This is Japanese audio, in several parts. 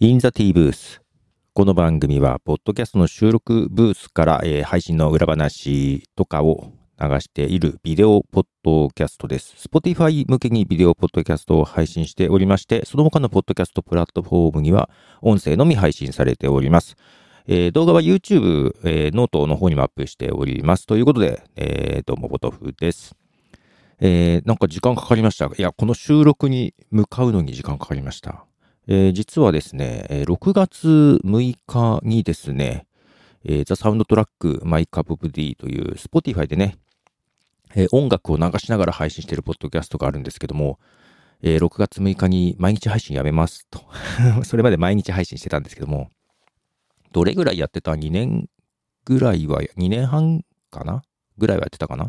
In the T ブース。この番組は、ポッドキャストの収録ブースから、配信の裏話とかを流しているビデオポッドキャストです。Spotify 向けにビデオポッドキャストを配信しておりまして、その他のポッドキャストプラットフォームには音声のみ配信されております。動画は YouTube、ノートの方にもアップしております。ということで、どうもポトフです。なんか時間かかりました。いや、この収録に向かうのに時間かかりました。実はですね、6月6日にですね、The Soundtrack My Cup of Tea という Spotify でね、音楽を流しながら配信しているポッドキャストがあるんですけども、6月6日に毎日配信やめますと。それまで毎日配信してたんですけども、どれぐらいやってた ?2 年ぐらいは、2年半かなぐらいはやってたかな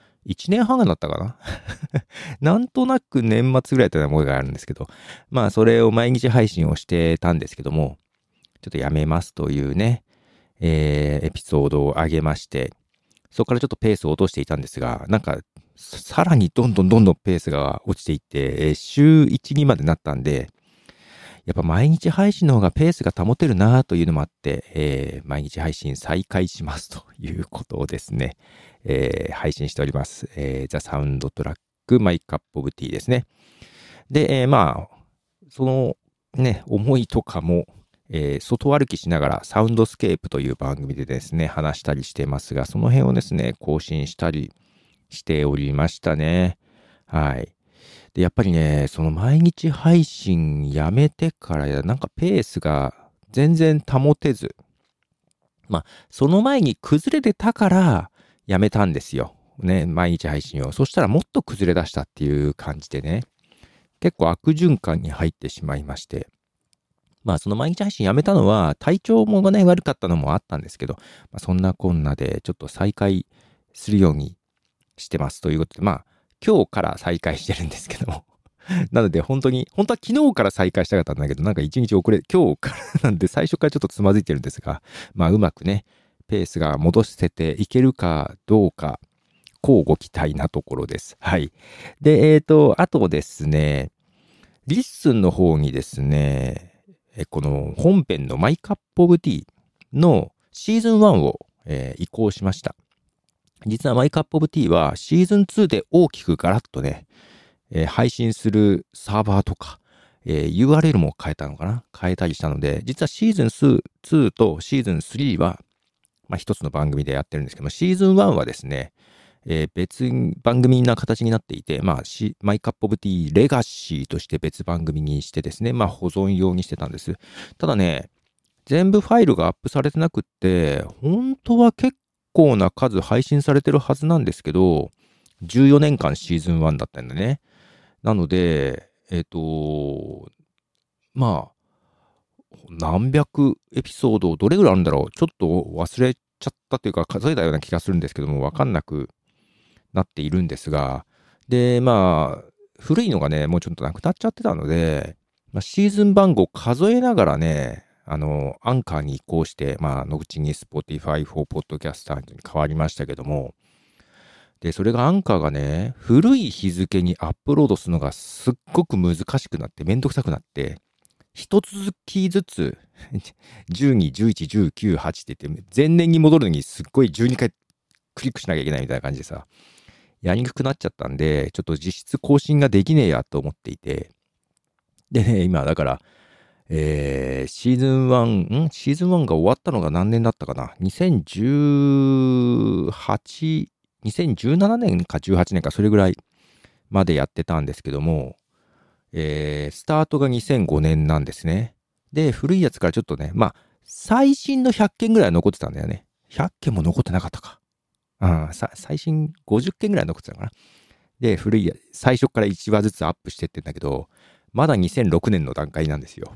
?1 年半だったかななんとなく年末ぐらいだったような思いがあるんですけど、まあそれを毎日配信をしてたんですけども、ちょっとやめますというね、エピソードを上げまして、そこからちょっとペースを落としていたんですが、なんかさらにどんどんペースが落ちていって、週1、2までなったんで、やっぱ毎日配信の方がペースが保てるなというのもあって、毎日配信再開しますということをですね、配信しております。The Soundtrack My Cup of Tea ですね。で、まあ、そのね、思いとかも、外歩きしながらサウンドスケープという番組でですね、話したりしてますが、その辺をですね、更新したりしておりましたね。はい。で、やっぱりね、その毎日配信やめてからなんかペースが全然保てず、まあ、その前に崩れてたからやめたんですよ。ね、毎日配信を。そしたらもっと崩れ出したっていう感じでね、結構悪循環に入ってしまいまして、まあその毎日配信やめたのは体調もね悪かったのもあったんですけど、まあ、そんなこんなでちょっと再開するようにしてますということで、まあ今日から再開してるんですけどもなので本当は昨日から再開したかったんだけど、なんか一日遅れ、今日からなんで最初からちょっとつまずいてるんですが、まあうまくね、ペースが戻せていけるかどうか、こうご期待なところです。はい。で、あとですね、リッスンの方にですね、この本編のマイカップオブティーのシーズン1を、移行しました。実はマイカップオブティーはシーズン2で大きくガラッとね、配信するサーバーとか、URL も変えたのかな変えたりしたので、実はシーズン2とシーズン3は、まあ、一つの番組でやってるんですけども、シーズン1はですね、別番組な形になっていて、まあ、マイカップオブティーレガシーとして別番組にしてですね、まあ、保存用にしてたんです。ただね、全部ファイルがアップされてなくって、本当は結構な数配信されてるはずなんですけど、14年間シーズン1だったんだね。なので、まあ、何百エピソード、どれぐらいあるんだろう。ちょっと忘れちゃったというか、数えたような気がするんですけども、わかんなくなっているんですが、で、まあ、古いのがね、もうちょっとなくなっちゃってたので、まあ、シーズン番号数えながらね、アンカーに移行して、まあ、後に Spotify for Podcaster に変わりましたけども、で、それがアンカーがね、古い日付にアップロードするのがすっごく難しくなって、めんどくさくなって、一続きずつ、12、11、19、8って言って、前年に戻るのにすっごい12回クリックしなきゃいけないみたいな感じでさ、やりにくくなっちゃったんで、ちょっと実質更新ができねえやと思っていて、でね、今だから、シーズン1が終わったのが何年だったかな ?2017 年か18年かそれぐらいまでやってたんですけども、スタートが2005年なんですね。で、古いやつからちょっとね、まあ、最新の100件ぐらいは残ってたんだよね。100件も残ってなかったか。最新50件ぐらい残ってたのかな。で、古いや、最初から1話ずつアップしてってんだけど、まだ2006年の段階なんですよ。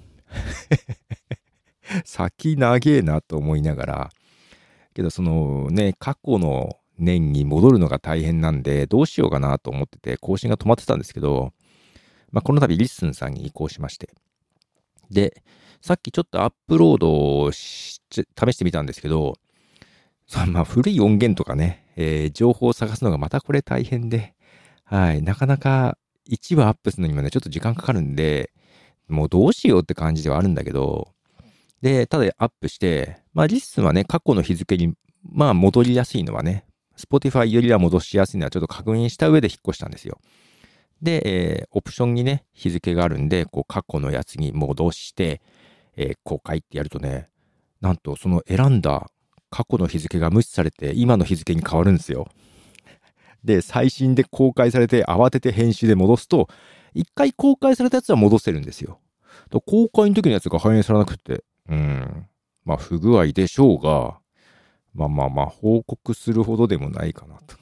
先長えなと思いながら、けどそのね、過去の年に戻るのが大変なんで、どうしようかなと思ってて、更新が止まってたんですけど、まあ、この度リッスンさんに移行しまして。で、さっきちょっとアップロードを試してみたんですけど、まあ、古い音源とかね、情報を探すのがまたこれ大変で、はい、なかなか1話アップするのにもね、ちょっと時間かかるんで、 もうどうしようって感じではあるんだけど、で、ただアップして、まあリッスンはね、過去の日付に、まあ戻りやすいのはね、Spotify よりは戻しやすいのはちょっと確認した上で引っ越したんですよ。で、オプションにね、日付があるんで、こう過去のやつに戻して、公開ってやるとね、なんとその選んだ過去の日付が無視されて今の日付に変わるんですよ。で、最新で公開されて慌てて編集で戻すと、一回公開されたやつは戻せるんですよ。公開の時のやつが反映されなくて、まあ不具合でしょうが、まあ報告するほどでもないかなと。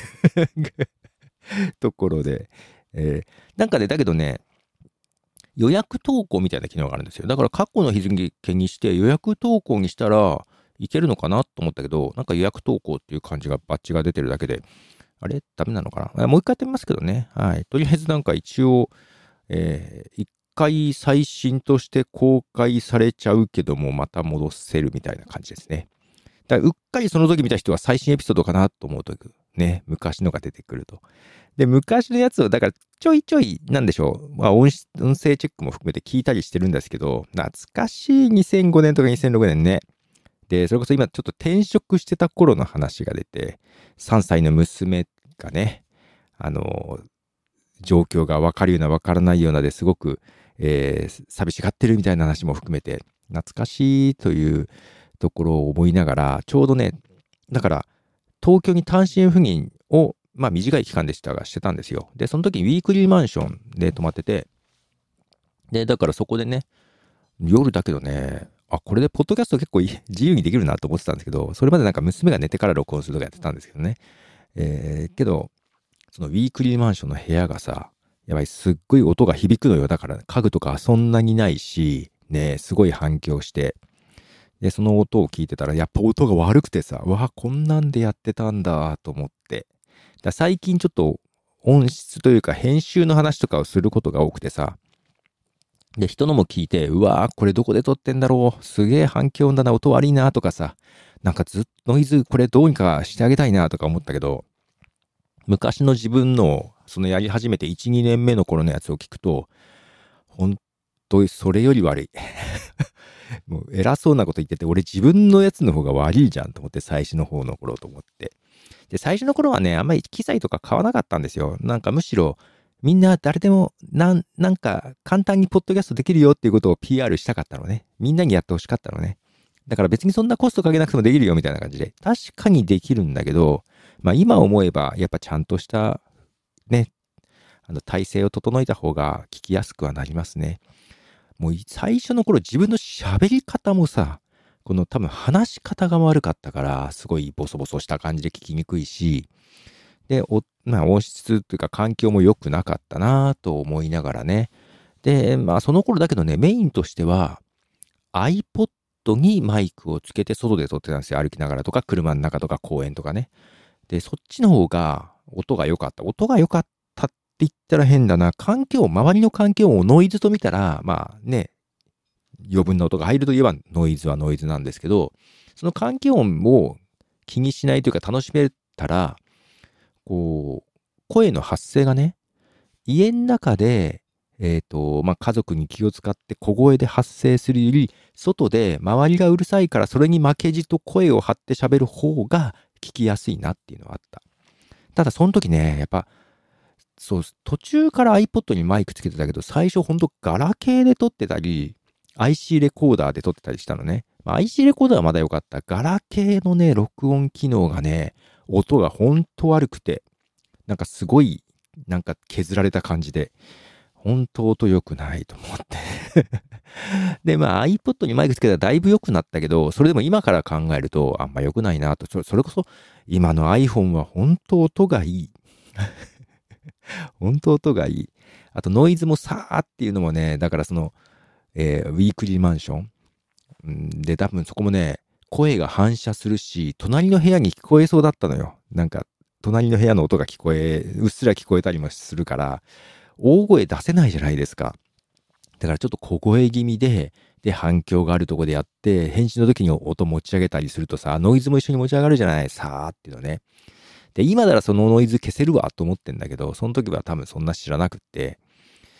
ところで、なんかね、だけどね、予約投稿みたいな機能があるんですよ。だから過去の日付にして予約投稿にしたらいけるのかなと思ったけど、なんか予約投稿っていう感じがバッチが出てるだけで、あれダメなのかな、もう一回やってみますけどね。はい。とりあえずなんか一応、一回最新として公開されちゃうけども、また戻せるみたいな感じですね。だからうっかりその時見た人は最新エピソードかなと思うとね、昔のが出てくると。で、昔のやつを、だからちょいちょい、なんでしょう、まあ音声チェックも含めて聞いたりしてるんですけど、懐かしい2005年とか2006年ね。で、それこそ今ちょっと転職してた頃の話が出て、3歳の娘がね、状況が分かるような分からないようなですごく、寂しがってるみたいな話も含めて、懐かしいというところを思いながら、ちょうどね、だから東京に単身赴任を、まあ短い期間でしたがしてたんですよ。で、その時にウィークリーマンションで泊まってて、で、だからそこでね、夜だけどね、これでポッドキャスト結構自由にできるなと思ってたんですけど、それまでなんか娘が寝てから録音するとかやってたんですけどね。けど、そのウィークリーマンションの部屋がさ、やばい、すっごい音が響くのよ。だから家具とかそんなにないし、ね、すごい反響して。で、その音を聞いてたら、やっぱ音が悪くてさ、こんなんでやってたんだと思って。最近ちょっと音質というか編集の話とかをすることが多くてさ、で、人のも聞いて、これどこで撮ってんだろう、すげえ反響だな、音悪いなとかさ、なんかずっとノイズこれどうにかしてあげたいなとか思ったけど、昔の自分のそのやり始めて1、2年目の頃のやつを聞くと、本当にそれより悪い。もう偉そうなこと言ってて、俺自分のやつの方が悪いじゃんと思って、最初の方の頃と思って。で、最初の頃はね、あんまり機材とか買わなかったんですよ。なんかむしろ、みんな誰でもなんか簡単にポッドキャストできるよっていうことを PR したかったのね。みんなにやってほしかったのね。だから別にそんなコストかけなくてもできるよみたいな感じで。確かにできるんだけど、まあ今思えばやっぱちゃんとしたね、体制を整えた方が聞きやすくはなりますね。もう最初の頃自分の喋り方もさ、この多分話し方が悪かったから、すごいボソボソした感じで聞きにくいし、で、まあ音質というか環境も良くなかったなと思いながらね。で、まあその頃だけどね、メインとしては iPod にマイクをつけて外で撮ってたんですよ。歩きながらとか、車の中とか公園とかね。で、そっちの方が音が良かった。音が良かったって言ったら変だな。周りの環境をノイズと見たら、まあね、余分な音が入るといえばノイズはノイズなんですけど、その環境音を気にしないというか楽しめたら、こう、声の発声がね、家の中で、まあ、家族に気を使って小声で発声するより、外で周りがうるさいからそれに負けじと声を張って喋る方が聞きやすいなっていうのはあった。ただその時ね、やっぱ、そう、途中から iPod にマイクつけてたけど、最初ほんとガラケーで撮ってたり、IC レコーダーで撮ってたりしたのね。まあ、IC レコーダーはまだ良かった。ガラケーのね、録音機能がね、音がほんと悪くて、なんかすごい、なんか削られた感じで、ほんと音良くないと思ってで、まあ iPod にマイクつけたらだいぶ良くなったけど、それでも今から考えるとあんま良くないなと。それこそ今の iPhone は本当音がいい。本当音がいい。あとノイズもさーっていうのもね、だからその、ウィークリーマンション。で、多分そこもね、声が反射するし、隣の部屋に聞こえそうだったのよ。なんか、隣の部屋の音がうっすら聞こえたりもするから、大声出せないじゃないですか。だからちょっと小声気味で反響があるとこでやって、編集の時に音持ち上げたりするとさ、ノイズも一緒に持ち上がるじゃないさーっていうのね。で、今ならそのノイズ消せるわと思ってんだけど、その時は多分そんな知らなくって。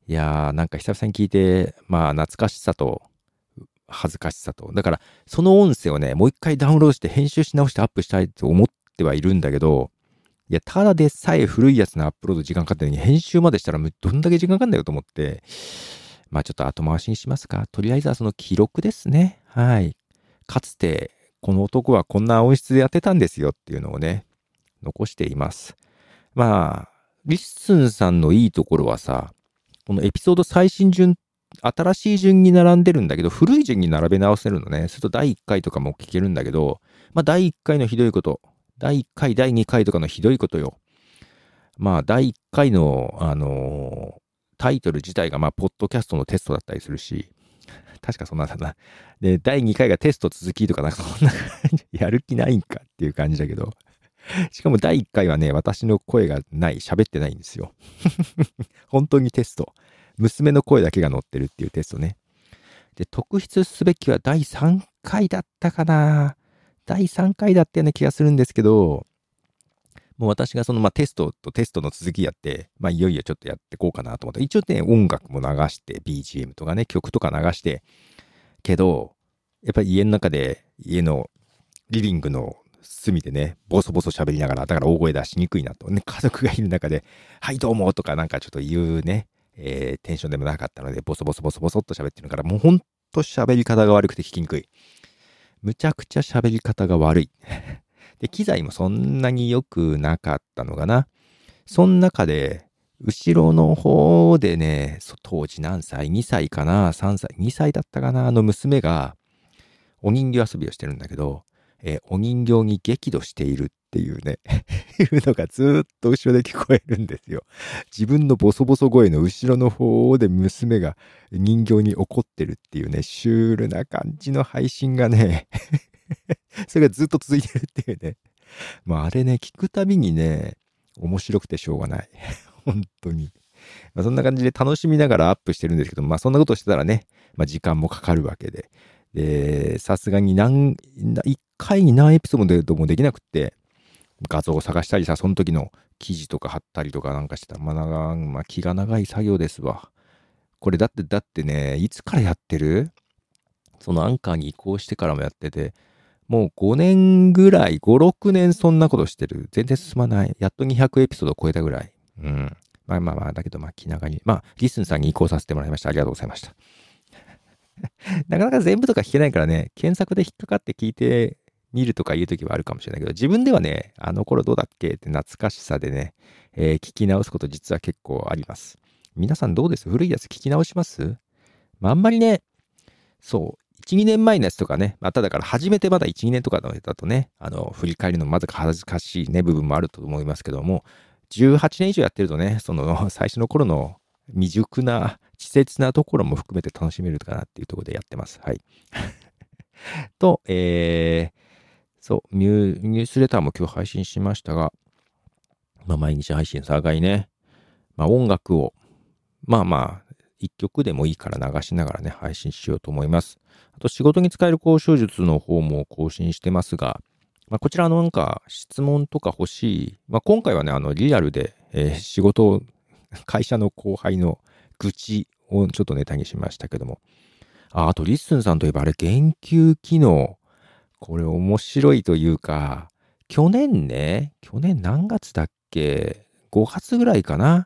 いやー、なんか久々に聞いて、まあ懐かしさと恥ずかしさと。だから、その音声をね、もう一回ダウンロードして編集し直してアップしたいと思ってはいるんだけど、いや、ただでさえ古いやつのアップロード時間かかってるのに、編集までしたらどんだけ時間かかんだよと思って、まあちょっと後回しにしますか。とりあえずはその記録ですね。はい。かつて、この男はこんな音質でやってたんですよっていうのをね、残しています。まあ、リッスンさんのいいところはさ、このエピソード最新順、新しい順に並んでるんだけど、古い順に並べ直せるのね。すると第1回とかも聞けるんだけど、まあ第1回のひどいこと、第1回、第2回とかのひどいことよ。まあ第1回の、タイトル自体がまあ、ポッドキャストのテストだったりするし、確かそんなんだな。で、第2回がテスト続きとかなんかそんな感じ、やる気ないんかっていう感じだけど、しかも第1回はね、私の声がない、喋ってないんですよ。本当にテスト。娘の声だけが載ってるっていうテストね。で、特筆すべきは第3回だったかな。第3回だったような気がするんですけど、もう私がそのまあテストとテストの続きやって、まあいよいよちょっとやっていこうかなと思って、一応ね、音楽も流して、BGM とかね、曲とか流して、けど、やっぱり家の中で、家のリビングの隅でね、ボソボソ喋りながら、だから大声出しにくいなと。ね、家族がいる中で、はいどうもとかなんかちょっと言うね、テンションでもなかったので、ボソボソボソボソっと喋ってるから、もうほんと喋り方が悪くて聞きにくい。むちゃくちゃ喋り方が悪い。で、機材もそんなに良くなかったのかな。その中で、後ろの方でね、当時何歳 ?2 歳かな ?3 歳 ?2 歳だったかなの娘が、お人形遊びをしてるんだけど、お人形に激怒しているっていうね、いうのがずーっと後ろで聞こえるんですよ。自分のボソボソ声の後ろの方で娘が人形に怒ってるっていうね、シュールな感じの配信がね、それがずっと続いてるっていうね。まああれね、聞くたびにね、面白くてしょうがない。本当に。まあ、そんな感じで楽しみながらアップしてるんですけど、まあそんなことしてたらね、まあ時間もかかるわけで。で、さすがに一回に何エピソードもできなくって、画像を探したりさ、その時の記事とか貼ったりとかなんかしてたら、まあ気が長い作業ですわ。これだってね、いつからやってる？そのアンカーに移行してからもやってて、もう5年ぐらい、5、6年そんなことしてる。全然進まない。やっと200エピソード超えたぐらい。うん。まあ、だけど気長に。まあ、リスンさんに移行させてもらいました。ありがとうございました。なかなか全部とか聞けないからね、検索で引っかかって聞いてみるとかいうときはあるかもしれないけど、自分ではね、あの頃どうだっけって懐かしさでね、聞き直すこと実は結構あります。皆さんどうです？古いやつ聞き直します？まあ、あんまりね、そう、1、2年前のやつとかね、まただから初めてまだ1、2年とかのだとね、振り返るのまず恥ずかしいね、部分もあると思いますけども、18年以上やってるとね、その最初の頃の未熟な、稚拙なところも含めて楽しめるかなっていうところでやってます。はい。と、そう、ニュースレターも今日配信しましたが、まあ毎日配信騒がいね、まあ音楽を、まあ、一曲でもいいから流しながらね、配信しようと思います。あと、仕事に使える交渉術の方も更新してますが、まあ、こちらなんか質問とか欲しい。まあ、今回はね、リアルで、仕事を、会社の後輩の愚痴をちょっとネタにしましたけども。あと、リッスンさんといえばあれ、言及機能。これ面白いというか、去年何月だっけ？ 5 月ぐらいかな？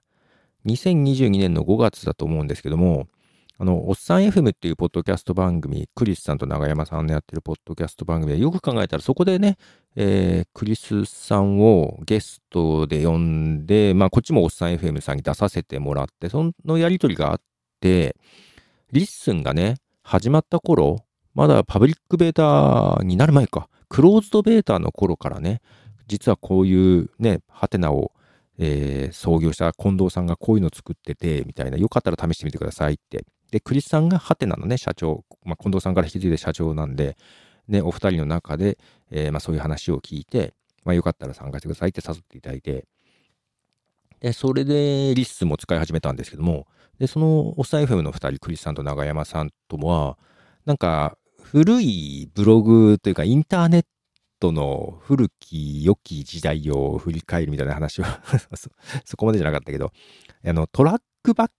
2022 年の5月だと思うんですけども、おっさん FM っていうポッドキャスト番組、クリスさんと長山さんのやってるポッドキャスト番組でよく考えたらそこでね、クリスさんをゲストで呼んで、まあこっちもおっさん FM さんに出させてもらって、そのやりとりがあって、リッスンがね、始まった頃、まだパブリックベータになる前か、クローズドベータの頃からね、実はこういうね、ハテナを創業した近藤さんがこういうの作ってて、みたいな、よかったら試してみてくださいって。で、クリスさんがハテナのね、社長、まあ、近藤さんから引き継いで社長なんで、ね、お二人の中で、まあ、そういう話を聞いて、まあ、よかったら参加してくださいって誘っていただいて、で、それでリッスンも使い始めたんですけども、で、そのお財布の二人、クリスさんと長山さんとは、なんか、古いブログというか、インターネットの古き良き時代を振り返るみたいな話をそこまでじゃなかったけど、トラックバックっ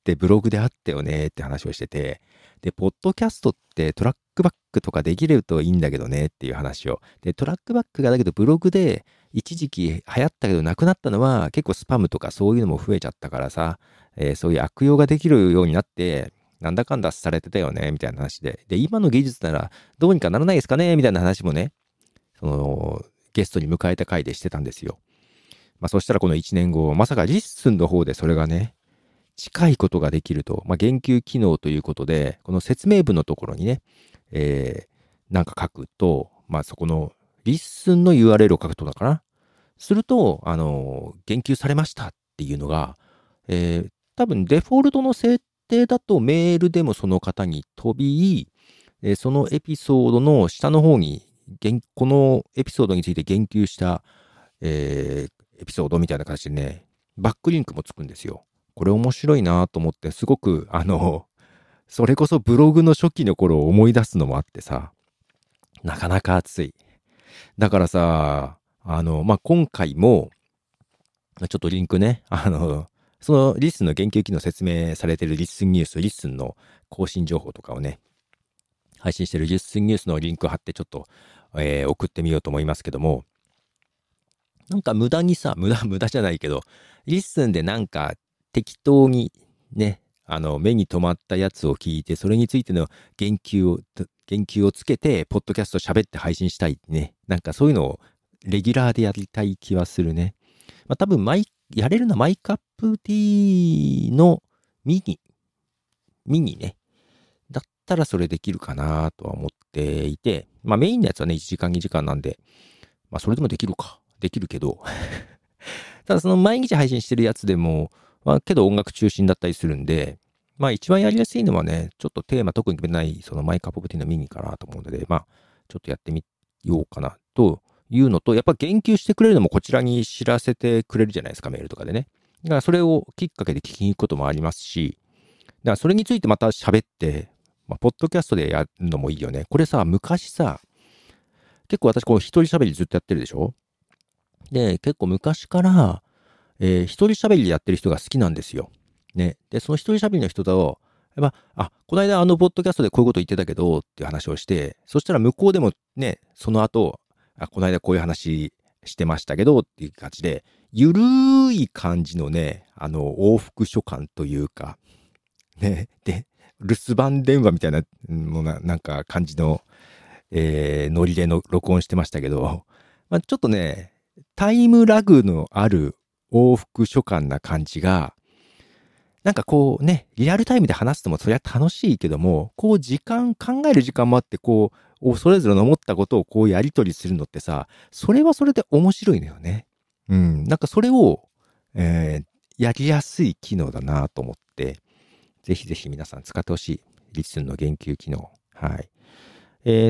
ってブログであったよねって話をしてて、で、ポッドキャストってトラックバックとかできるといいんだけどねっていう話を。で、トラックバックがだけどブログで一時期流行ったけどなくなったのは結構スパムとかそういうのも増えちゃったからさ、そういう悪用ができるようになって、なんだかんだされてたよねみたいな話で。で、今の技術ならどうにかならないですかねみたいな話もね、ゲストに迎えた回でしてたんですよ。そしたらこの1年後、まさかリッスンの方でそれがね、近いことができると、言及機能ということで、この説明文のところにね、なんか書くと、そこのリッスンの URL を書くとだかな。すると、言及されましたっていうのが、多分デフォルトの設定だとメールでもその方に飛び、そのエピソードの下の方に、このエピソードについて言及した、エピソードみたいな形でね、バックリンクもつくんですよ。これ面白いなと思って、すごく、それこそブログの初期の頃を思い出すのもあってさ、なかなか熱い。だからさ、今回も、ちょっとリンクね、そのリッスンの言及機能説明されているリッスンニュース、リッスンの更新情報とかをね、配信しているリッスンニュースのリンクを貼ってちょっと、送ってみようと思いますけども、なんか無駄にさ、無駄じゃないけど、リッスンでなんか適当にね、目に留まったやつを聞いて、それについての言及をつけて、ポッドキャスト喋って配信したいね。なんかそういうのをレギュラーでやりたい気はするね。多分やれるのはマイカップティーのミニね。だったらそれできるかなとは思っていて、メインのやつはね、1時間2時間なんで、それでもできるか。できるけど。ただその毎日配信してるやつでも、けど音楽中心だったりするんで、一番やりやすいのはね、ちょっとテーマ特に決めない、そのマイカップオブティーのミニかなと思うので、ちょっとやってみようかなというのと、やっぱ言及してくれるのもこちらに知らせてくれるじゃないですか、メールとかでね。だからそれをきっかけで聞きに行くこともありますし、だからそれについてまた喋って、ポッドキャストでやるのもいいよね。これさ、昔さ、結構私こう一人喋りずっとやってるでしょ？で、結構昔から、一人喋りでやってる人が好きなんですよ。ね。で、その一人喋りの人と、この間ポッドキャストでこういうこと言ってたけど、っていう話をして、そしたら向こうでもね、その後、この間こういう話してましたけど、っていう感じで、ゆるい感じのね、往復書簡というか、ね、で、留守番電話みたいな、なんか感じの、ノリでの録音してましたけど、ちょっとね、タイムラグのある往復書簡な感じが、なんかこうね、リアルタイムで話すのもそりゃ楽しいけども、こう考える時間もあって、こう、それぞれの思ったことをこうやり取りするのってさ、それはそれで面白いのよね。なんかそれを、やりやすい機能だなと思って、ぜひぜひ皆さん使ってほしい。リスンの言及機能。はい。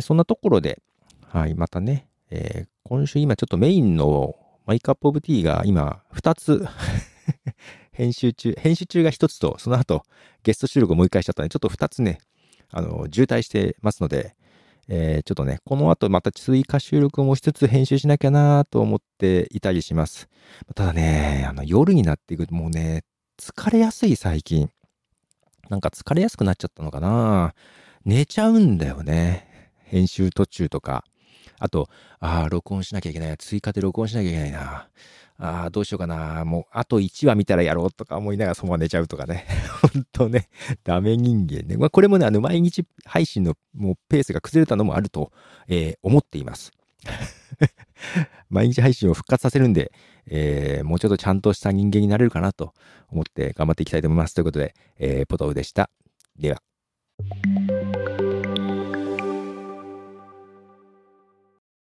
そんなところで、はい、またね、今週今ちょっとメインのマイカップオブティーが今2つ編集中が1つと、その後ゲスト収録をもう一回しちゃったので、ちょっと2つね、渋滞してますので、ちょっとね、この後また追加収録をもう一つ編集しなきゃなと思っていたりします。ただね、夜になっていくともうね、疲れやすい最近。なんか疲れやすくなっちゃったのかな。寝ちゃうんだよね。編集途中とか。あと、録音しなきゃいけない。追加で録音しなきゃいけないな。どうしようかな。もう、あと1話見たらやろうとか思いながらそのまま寝ちゃうとかね。ほんとね、ダメ人間ね。これもね、毎日配信のもうペースが崩れたのもあると、思っています。毎日配信を復活させるんで、もうちょっとちゃんとした人間になれるかなと思って頑張っていきたいと思います。ということで、ポトフでした。では。